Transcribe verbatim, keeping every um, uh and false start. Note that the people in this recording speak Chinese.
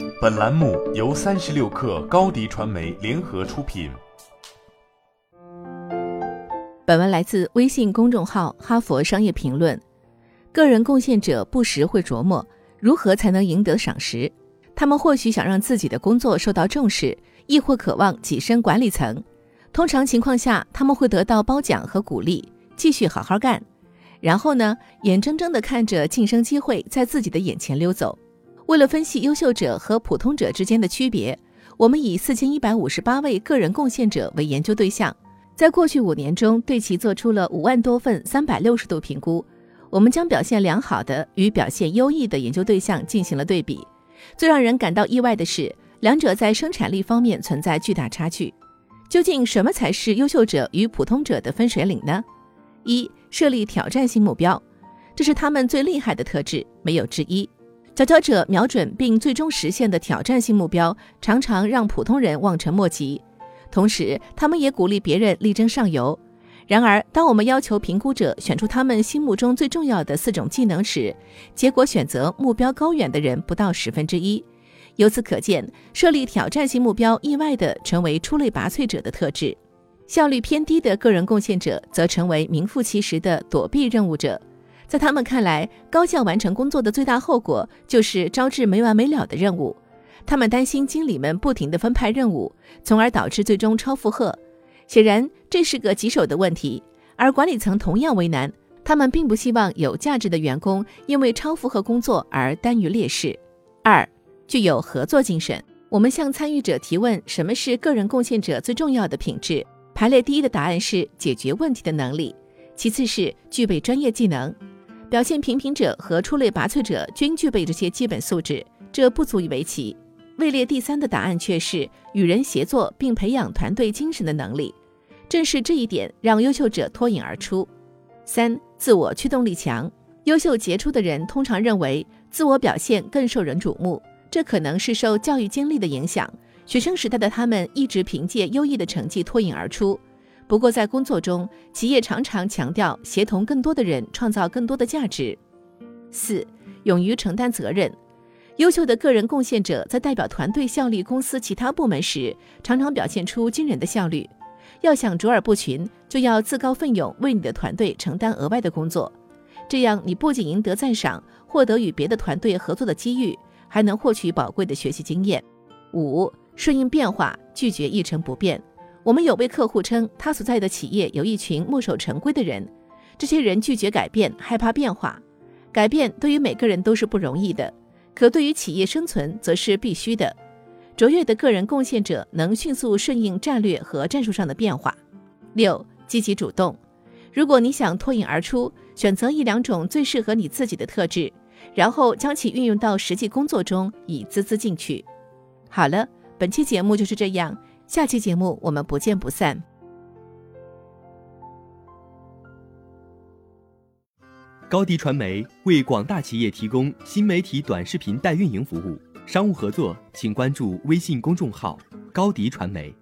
本栏目由三十六氪高迪传媒联合出品。 本文来自微信公众号哈佛商业评论。个人贡献者不时会琢磨如何才能赢得赏识，他们或许想让自己的工作受到重视，亦或渴望跻身管理层。通常情况下，他们会得到褒奖和鼓励，继续好好干。然后呢，眼睁睁地看着晋升机会在自己的眼前溜走。为了分析优秀者和普通者之间的区别，我们以四千一百五十八位个人贡献者为研究对象，在过去五年中对其做出了五万多份三百六十度评估。我们将表现良好的与表现优异的研究对象进行了对比。最让人感到意外的是，两者在生产力方面存在巨大差距。究竟什么才是优秀者与普通者的分水岭呢？一、设立挑战性目标，这是他们最厉害的特质，没有之一。佼佼者瞄准并最终实现的挑战性目标，常常让普通人望尘莫及，同时他们也鼓励别人力争上游。然而，当我们要求评估者选出他们心目中最重要的四种技能时，结果选择目标高远的人不到十分之一。由此可见，设立挑战性目标意外地成为出类拔萃者的特质。效率偏低的个人贡献者则成为名副其实的躲避任务者。在他们看来，高效完成工作的最大后果就是招致没完没了的任务。他们担心经理们不停地分派任务，从而导致最终超负荷。显然，这是个棘手的问题，而管理层同样为难。他们并不希望有价值的员工因为超负荷工作而耽于劣势。二、具有合作精神。我们向参与者提问什么是个人贡献者最重要的品质，排列第一的答案是解决问题的能力，其次是具备专业技能。表现平平者和出类拔萃者均具备这些基本素质，这不足以为奇。位列第三的答案却是与人协作并培养团队精神的能力。正是这一点让优秀者脱颖而出。三、自我驱动力强。优秀杰出的人通常认为自我表现更受人瞩目，这可能是受教育经历的影响。学生时代的他们一直凭借优异的成绩脱颖而出。不过在工作中，企业常常强调协同更多的人创造更多的价值。四、勇于承担责任。优秀的个人贡献者在代表团队效力公司其他部门时，常常表现出惊人的效率。要想卓尔不群，就要自告奋勇为你的团队承担额外的工作。这样你不仅赢得赞赏，获得与别的团队合作的机遇，还能获取宝贵的学习经验。五、顺应变化，拒绝一成不变。我们有位客户称，他所在的企业有一群墨守成规的人，这些人拒绝改变，害怕变化。改变对于每个人都是不容易的，可对于企业生存则是必须的。卓越的个人贡献者能迅速顺应战略和战术上的变化。六、积极主动。如果你想脱颖而出，选择一两种最适合你自己的特质，然后将其运用到实际工作中，以孜孜进取。好了，本期节目就是这样，下期节目我们不见不散。 高迪传媒为广大企业提供新媒体短视频代运营服务，商务合作请关注微信公众号高迪传媒。